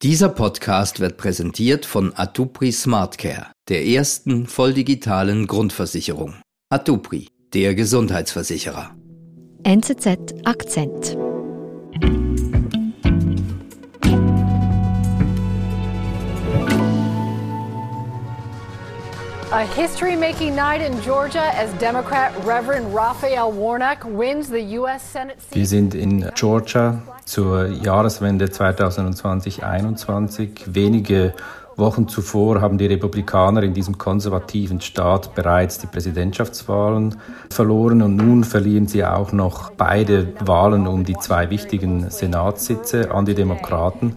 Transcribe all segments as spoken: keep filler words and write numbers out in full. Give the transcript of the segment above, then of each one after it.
Dieser Podcast wird präsentiert von Atupri SmartCare, der ersten volldigitalen Grundversicherung. Atupri, der Gesundheitsversicherer. N Z Z Akzent. A history-making night in Georgia as Democrat Reverend Raphael Warnock wins the U S Senate seat. Wir sind in Georgia zur Jahreswende zwanzig zwanzig einundzwanzig. Wenige Wochen zuvor haben die Republikaner in diesem konservativen Staat bereits die Präsidentschaftswahlen verloren und nun verlieren sie auch noch beide Wahlen um die zwei wichtigen Senatssitze an die Demokraten.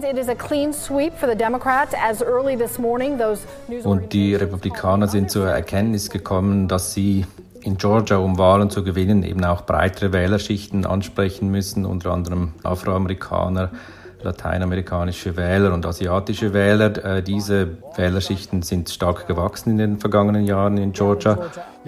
Und die Republikaner sind zur Erkenntnis gekommen, dass sie in Georgia, um Wahlen zu gewinnen, eben auch breitere Wählerschichten ansprechen müssen, unter anderem Afroamerikaner, lateinamerikanische Wähler und asiatische Wähler. Diese Wählerschichten sind stark gewachsen in den vergangenen Jahren in Georgia.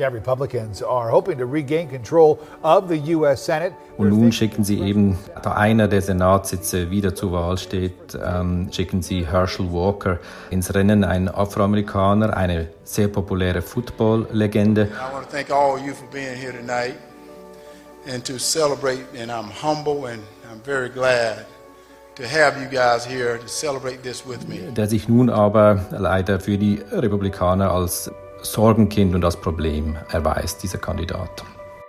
Und nun schicken sie eben, da einer der Senatssitze wieder zur Wahl steht, ähm, schicken sie Herschel Walker ins Rennen, ein Afroamerikaner, eine sehr populäre Football-Legende. I want to thank all of you for being here tonight and to celebrate, and I'm humble and I'm very glad to have you guys here to celebrate this with me. Der sich nun aber leider für die Republikaner als Sorgenkind und als Problem erweist, dieser Kandidat.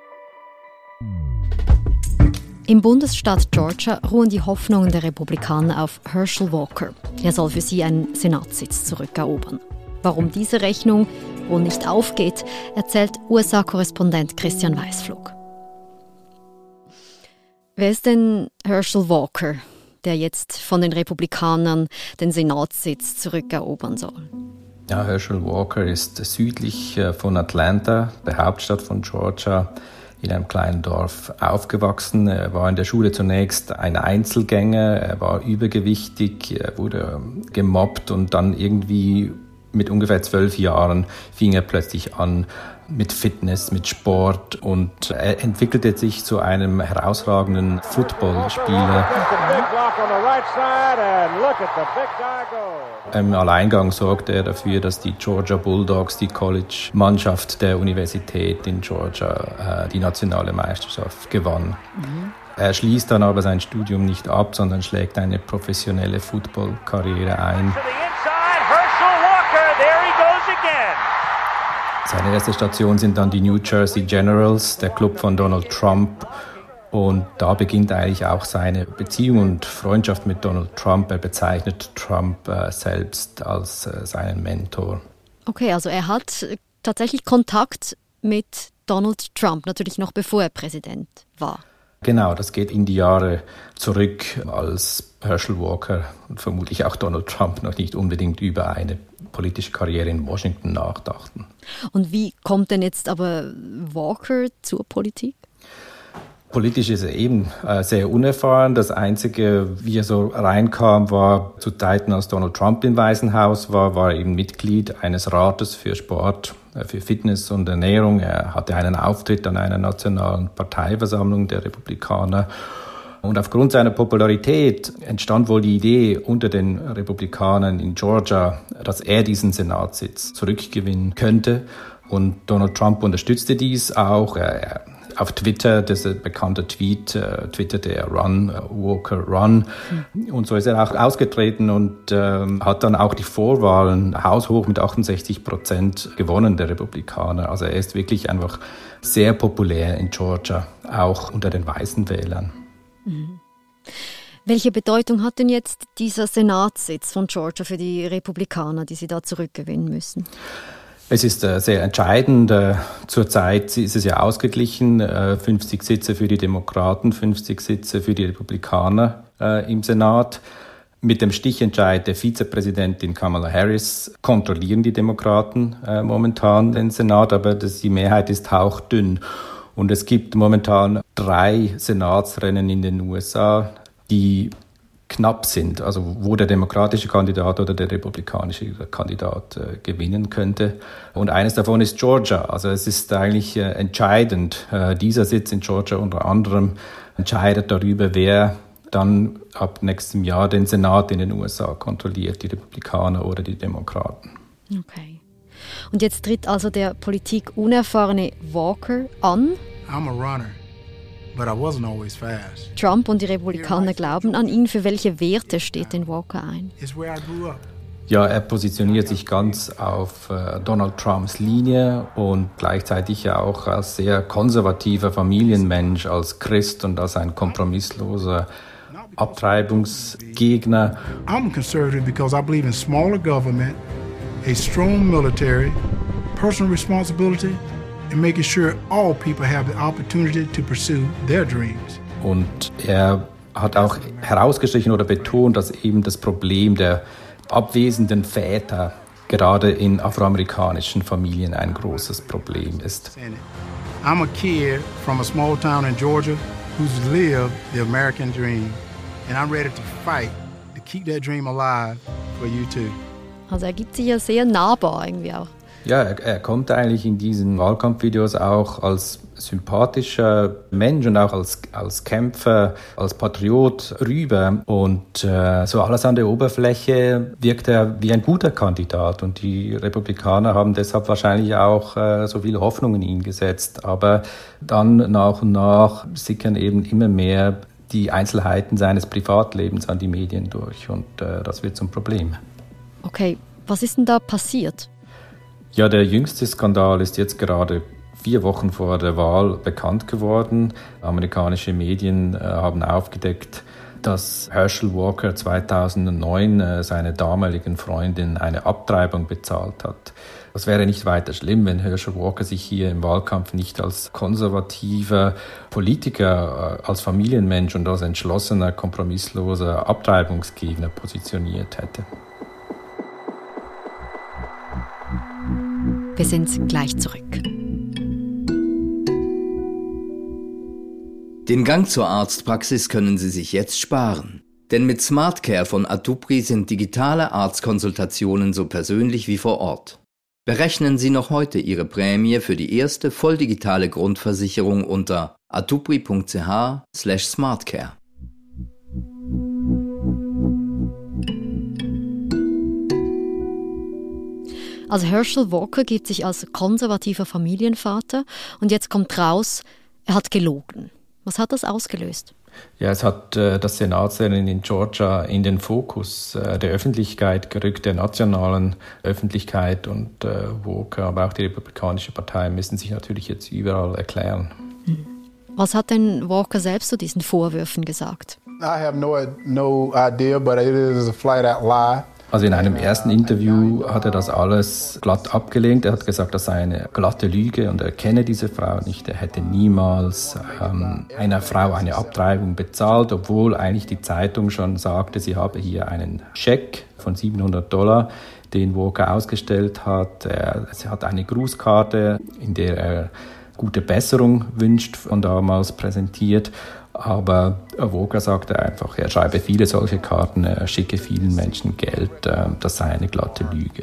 Im Bundesstaat Georgia ruhen die Hoffnungen der Republikaner auf Herschel Walker. Er soll für sie einen Senatssitz zurückerobern. Warum diese Rechnung wohl nicht aufgeht, erzählt U S A-Korrespondent Christian Weißflug. Wer ist denn Herschel Walker, der jetzt von den Republikanern den Senatssitz zurückerobern soll? Ja, Herschel Walker ist südlich von Atlanta, der Hauptstadt von Georgia, in einem kleinen Dorf aufgewachsen. Er war in der Schule zunächst ein Einzelgänger, er war übergewichtig, er wurde gemobbt und dann irgendwie mit ungefähr zwölf Jahren fing er plötzlich an mit Fitness, mit Sport und er entwickelte sich zu einem herausragenden Footballspieler. Im Alleingang sorgte er dafür, dass die Georgia Bulldogs, die College-Mannschaft der Universität in Georgia, die nationale Meisterschaft gewann. Mhm. Er schließt dann aber sein Studium nicht ab, sondern schlägt eine professionelle Footballkarriere ein. Seine erste Station sind dann die New Jersey Generals, der Club von Donald Trump. Und da beginnt eigentlich auch seine Beziehung und Freundschaft mit Donald Trump. Er bezeichnet Trump äh, selbst als äh, seinen Mentor. Okay, also er hat tatsächlich Kontakt mit Donald Trump, natürlich noch bevor er Präsident war. Genau, das geht in die Jahre zurück, als Herschel Walker und vermutlich auch Donald Trump noch nicht unbedingt über eine politische Karriere in Washington nachdachten. Und wie kommt denn jetzt aber Walker zur Politik? Politisch ist er eben äh, sehr unerfahren. Das Einzige, wie er so reinkam, war zu Zeiten, als Donald Trump im Weißen Haus war, war er eben Mitglied eines Rates für Sport, äh, für Fitness und Ernährung. Er hatte einen Auftritt an einer nationalen Parteiversammlung der Republikaner. Und aufgrund seiner Popularität entstand wohl die Idee unter den Republikanern in Georgia, dass er diesen Senatssitz zurückgewinnen könnte. Und Donald Trump unterstützte dies auch. Er, Auf Twitter, das ist ein bekannter Tweet, äh, twitterte er Run, äh, Walker Run. Mhm. Und so ist er auch ausgetreten und äh, hat dann auch die Vorwahlen haushoch mit achtundsechzig Prozent gewonnen, der Republikaner. Also er ist wirklich einfach sehr populär in Georgia, auch unter den weißen Wählern. Mhm. Welche Bedeutung hat denn jetzt dieser Senatssitz von Georgia für die Republikaner, die sie da zurückgewinnen müssen? Es ist äh, sehr entscheidend. Äh, zurzeit ist es ja ausgeglichen. Äh, fünfzig Sitze für die Demokraten, fünfzig Sitze für die Republikaner äh, im Senat. Mit dem Stichentscheid der Vizepräsidentin Kamala Harris kontrollieren die Demokraten äh, momentan den Senat, aber das, die Mehrheit ist hauchdünn. Und es gibt momentan drei Senatsrennen in den U S A, die knapp sind, also wo der demokratische Kandidat oder der republikanische Kandidat äh, gewinnen könnte. Und eines davon ist Georgia. Also es ist eigentlich äh, entscheidend. Äh, dieser Sitz in Georgia unter anderem entscheidet darüber, wer dann ab nächstem Jahr den Senat in den U S A kontrolliert, die Republikaner oder die Demokraten. Okay. Und jetzt tritt also der politikunerfahrene Walker an. I'm a runner, but I wasn't always fast. Trump und die Republikaner glauben an ihn. Für welche Werte steht denn Walker ein? It's where I grew up. Ja, er positioniert sich ganz auf äh, Donald Trumps Linie und gleichzeitig ja auch als sehr konservativer Familienmensch, als Christ und als ein kompromissloser Abtreibungsgegner. I'm conservative because I believe in smaller government, a strong military, personal responsibility, and making sure all people have the opportunity to pursue their dreams. Und er hat auch herausgestrichen oder betont, dass eben das Problem der abwesenden Väter gerade in afroamerikanischen Familien ein großes Problem ist. I'm a kid from a small town in Georgia who's lived the American dream, and I'm ready to fight to keep that dream alive for you too. Also er gibt sich ja sehr nahbar irgendwie auch. Ja, er, er kommt eigentlich in diesen Wahlkampfvideos auch als sympathischer Mensch und auch als, als Kämpfer, als Patriot rüber. Und äh, so alles an der Oberfläche wirkt er wie ein guter Kandidat. Und die Republikaner haben deshalb wahrscheinlich auch äh, so viel Hoffnung in ihn gesetzt. Aber dann nach und nach sickern eben immer mehr die Einzelheiten seines Privatlebens an die Medien durch. Und äh, das wird zum Problem. Okay, was ist denn da passiert? Ja, der jüngste Skandal ist jetzt gerade vier Wochen vor der Wahl bekannt geworden. Amerikanische Medien äh, haben aufgedeckt, dass Herschel Walker zweitausendneun äh, seiner damaligen Freundin eine Abtreibung bezahlt hat. Das wäre nicht weiter schlimm, wenn Herschel Walker sich hier im Wahlkampf nicht als konservativer Politiker, äh, als Familienmensch und als entschlossener, kompromissloser Abtreibungsgegner positioniert hätte. Wir sind gleich zurück. Den Gang zur Arztpraxis können Sie sich jetzt sparen. Denn mit SmartCare von Atupri sind digitale Arztkonsultationen so persönlich wie vor Ort. Berechnen Sie noch heute Ihre Prämie für die erste volldigitale Grundversicherung unter atupri.ch slash smartcare. Also Herschel Walker gibt sich als konservativer Familienvater und jetzt kommt raus, er hat gelogen. Was hat das ausgelöst? Ja, es hat äh, das Senatsrennen in Georgia in den Fokus äh, der Öffentlichkeit gerückt, der nationalen Öffentlichkeit. Und äh, Walker, aber auch die Republikanische Partei müssen sich natürlich jetzt überall erklären. Was hat denn Walker selbst zu diesen Vorwürfen gesagt? I have no, no idea, but it is a flat out lie. Also in einem ersten Interview hat er das alles glatt abgelehnt. Er hat gesagt, das sei eine glatte Lüge und er kenne diese Frau nicht. Er hätte niemals ähm, einer Frau eine Abtreibung bezahlt, obwohl eigentlich die Zeitung schon sagte, sie habe hier einen Scheck von siebenhundert Dollar, den Walker ausgestellt hat. Er, sie hat eine Grußkarte, in der er gute Besserung wünscht, von damals präsentiert. Aber Walker sagte einfach, er schreibe viele solche Karten, er schicke vielen Menschen Geld, das sei eine glatte Lüge.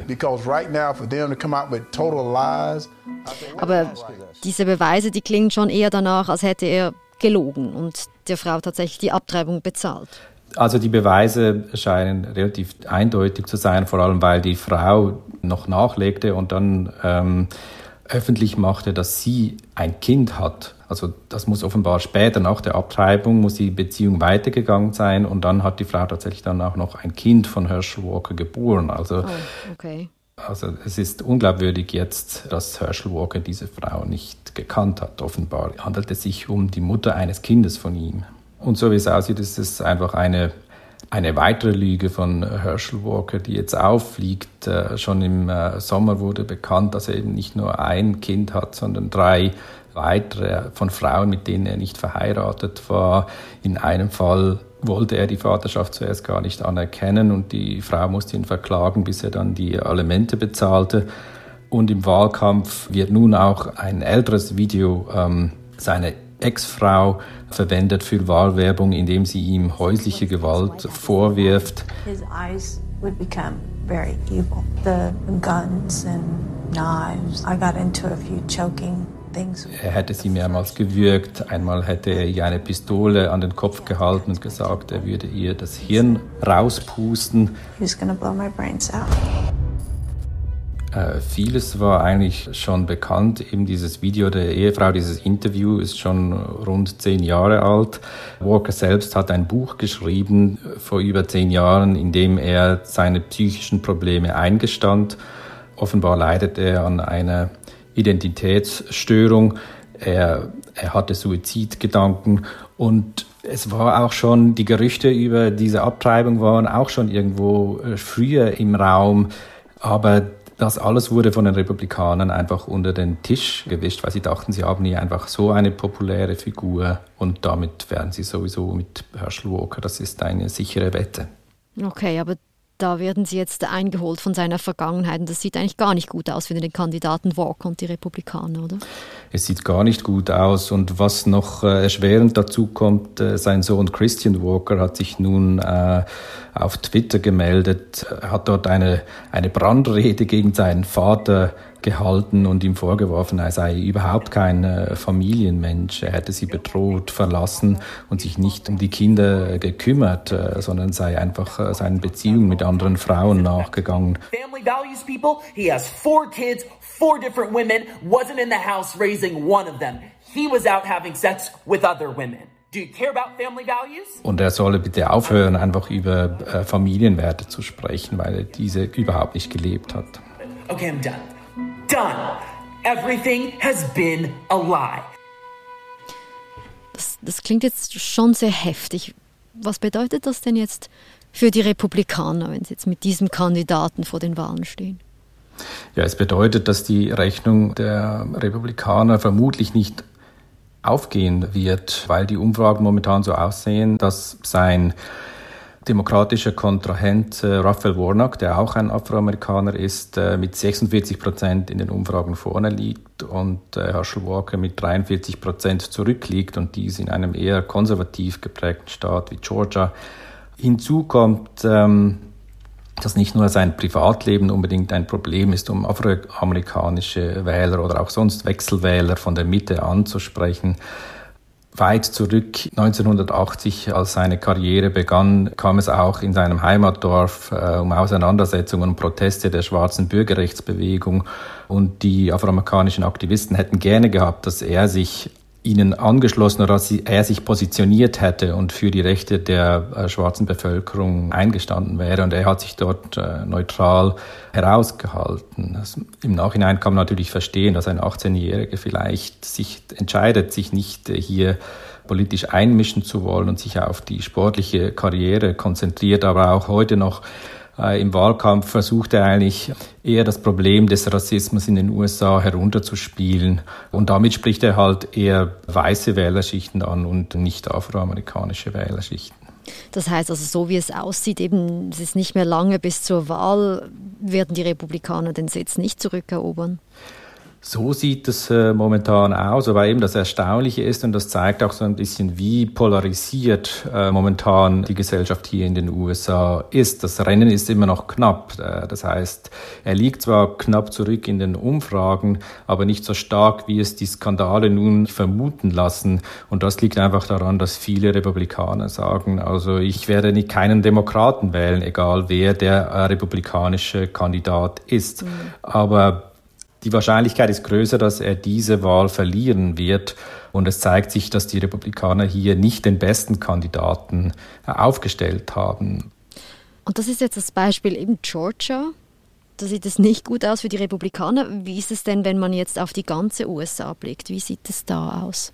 Aber diese Beweise, die klingen schon eher danach, als hätte er gelogen und der Frau tatsächlich die Abtreibung bezahlt. Also die Beweise scheinen relativ eindeutig zu sein, vor allem weil die Frau noch nachlegte und dann ähm, öffentlich machte, dass sie ein Kind hat. Also das muss offenbar später, nach der Abtreibung, muss die Beziehung weitergegangen sein und dann hat die Frau tatsächlich dann auch noch ein Kind von Herschel Walker geboren. Also, oh, okay. also es ist unglaubwürdig jetzt, dass Herschel Walker diese Frau nicht gekannt hat. Offenbar handelt es sich um die Mutter eines Kindes von ihm. Und so wie es aussieht, ist es einfach eine Eine weitere Lüge von Herschel Walker, die jetzt auffliegt. Äh, schon im äh, Sommer wurde bekannt, dass er eben nicht nur ein Kind hat, sondern drei weitere von Frauen, mit denen er nicht verheiratet war. In einem Fall wollte er die Vaterschaft zuerst gar nicht anerkennen und die Frau musste ihn verklagen, bis er dann die Alimente bezahlte. Und im Wahlkampf wird nun auch ein älteres Video ähm, seiner Ex-Frau verwendet für Wahlwerbung, indem sie ihm häusliche Gewalt vorwirft. His eyes would become very evil. The guns and knives. I got into a few choking things. Er hätte sie mehrmals gewürgt. Einmal hätte er ihr eine Pistole an den Kopf gehalten und gesagt, er würde ihr das Hirn rauspusten. He was gonna blow my brains out. Äh, vieles war eigentlich schon bekannt. Eben dieses Video der Ehefrau, dieses Interview ist schon rund zehn Jahre alt. Walker selbst hat ein Buch geschrieben vor über zehn Jahren, in dem er seine psychischen Probleme eingestand. Offenbar leidet er an einer Identitätsstörung. Er, er hatte Suizidgedanken und es war auch schon, die Gerüchte über diese Abtreibung waren auch schon irgendwo früher im Raum, aber das alles wurde von den Republikanern einfach unter den Tisch gewischt, weil sie dachten, sie haben hier einfach so eine populäre Figur und damit werden sie sowieso mit Herschel Walker, das ist eine sichere Wette. Okay, aber da werden sie jetzt eingeholt von seiner Vergangenheit und das sieht eigentlich gar nicht gut aus für den Kandidaten Walker und die Republikaner, oder? Es sieht gar nicht gut aus und was noch äh, erschwerend dazu kommt, äh, sein Sohn Christian Walker hat sich nun äh, auf Twitter gemeldet, hat dort eine, eine Brandrede gegen seinen Vater gehalten und ihm vorgeworfen, er sei überhaupt kein äh, Familienmensch. Er hätte sie bedroht, verlassen und sich nicht um die Kinder gekümmert, äh, sondern sei einfach äh, seinen Beziehungen mit anderen Frauen nachgegangen. Family values people. He has four kids, four different women, wasn't in the house raising one of them. He was out having sex with other women. Do you care about family values? Und er solle bitte aufhören, einfach über äh, Familienwerte zu sprechen, weil er diese überhaupt nicht gelebt hat. Okay, I'm done. Done. Everything has been a lie. Das, das klingt jetzt schon sehr heftig. Was bedeutet das denn jetzt für die Republikaner, wenn sie jetzt mit diesem Kandidaten vor den Wahlen stehen? Ja, es bedeutet, dass die Rechnung der Republikaner vermutlich nicht aufgehen wird, weil die Umfragen momentan so aussehen, dass sein demokratischer Kontrahent äh, Raphael Warnock, der auch ein Afroamerikaner ist, äh, mit sechsundvierzig Prozent in den Umfragen vorne liegt und äh, Herschel Walker mit dreiundvierzig Prozent zurückliegt und dies in einem eher konservativ geprägten Staat wie Georgia. Hinzu kommt, ähm, dass nicht nur sein Privatleben unbedingt ein Problem ist, um afroamerikanische Wähler oder auch sonst Wechselwähler von der Mitte anzusprechen. Weit zurück, neunzehnhundertachtzig, als seine Karriere begann, kam es auch in seinem Heimatdorf äh, um Auseinandersetzungen und Proteste der schwarzen Bürgerrechtsbewegung. Und die afroamerikanischen Aktivisten hätten gerne gehabt, dass er sich ihnen angeschlossen oder dass er sich positioniert hätte und für die Rechte der äh, schwarzen Bevölkerung eingestanden wäre. Und er hat sich dort äh, neutral herausgehalten. Das, im Nachhinein kann man natürlich verstehen, dass ein achtzehnjähriger vielleicht sich entscheidet, sich nicht äh, hier politisch einmischen zu wollen und sich auf die sportliche Karriere konzentriert, aber auch heute noch im Wahlkampf versucht er eigentlich eher das Problem des Rassismus in den U S A herunterzuspielen. Und damit spricht er halt eher weiße Wählerschichten an und nicht afroamerikanische Wählerschichten. Das heißt also, so wie es aussieht, eben, es ist nicht mehr lange bis zur Wahl, werden die Republikaner den Sitz nicht zurückerobern? So sieht es äh, momentan aus, aber eben das Erstaunliche ist, und das zeigt auch so ein bisschen, wie polarisiert äh, momentan die Gesellschaft hier in den U S A ist. Das Rennen ist immer noch knapp. Äh, das heißt, er liegt zwar knapp zurück in den Umfragen, aber nicht so stark, wie es die Skandale nun vermuten lassen. Und das liegt einfach daran, dass viele Republikaner sagen, also ich werde nicht keinen Demokraten wählen, egal wer der äh, republikanische Kandidat ist. Mhm. Aber die Wahrscheinlichkeit ist größer, dass er diese Wahl verlieren wird. Und es zeigt sich, dass die Republikaner hier nicht den besten Kandidaten aufgestellt haben. Und das ist jetzt das Beispiel eben Georgia. Da sieht es nicht gut aus für die Republikaner. Wie ist es denn, wenn man jetzt auf die ganze U S A blickt? Wie sieht es da aus?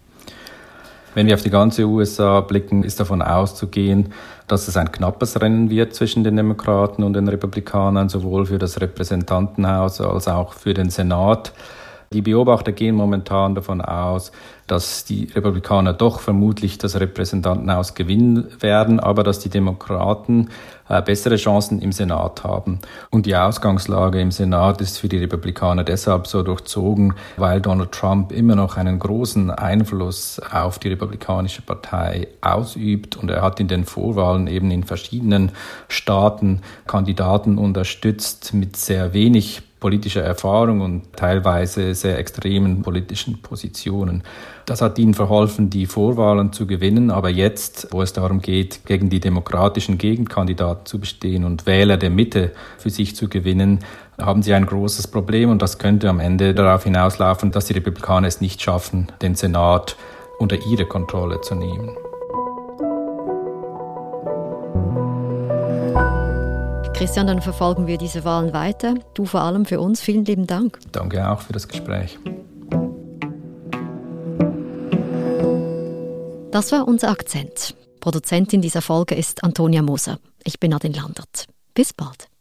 Wenn wir auf die ganze U S A blicken, ist davon auszugehen, dass es ein knappes Rennen wird zwischen den Demokraten und den Republikanern, sowohl für das Repräsentantenhaus als auch für den Senat. Die Beobachter gehen momentan davon aus, dass die Republikaner doch vermutlich das Repräsentantenhaus gewinnen werden, aber dass die Demokraten äh, bessere Chancen im Senat haben. Und die Ausgangslage im Senat ist für die Republikaner deshalb so durchzogen, weil Donald Trump immer noch einen großen Einfluss auf die Republikanische Partei ausübt. Und er hat in den Vorwahlen eben in verschiedenen Staaten Kandidaten unterstützt mit sehr wenig politischer Erfahrung und teilweise sehr extremen politischen Positionen. Das hat ihnen verholfen, die Vorwahlen zu gewinnen, aber jetzt, wo es darum geht, gegen die demokratischen Gegenkandidaten zu bestehen und Wähler der Mitte für sich zu gewinnen, haben sie ein großes Problem und das könnte am Ende darauf hinauslaufen, dass die Republikaner es nicht schaffen, den Senat unter ihre Kontrolle zu nehmen. Christian, dann verfolgen wir diese Wahlen weiter. Du vor allem für uns. Vielen lieben Dank. Danke auch für das Gespräch. Das war unser Akzent. Produzentin dieser Folge ist Antonia Moser. Ich bin Nadine Landert. Bis bald.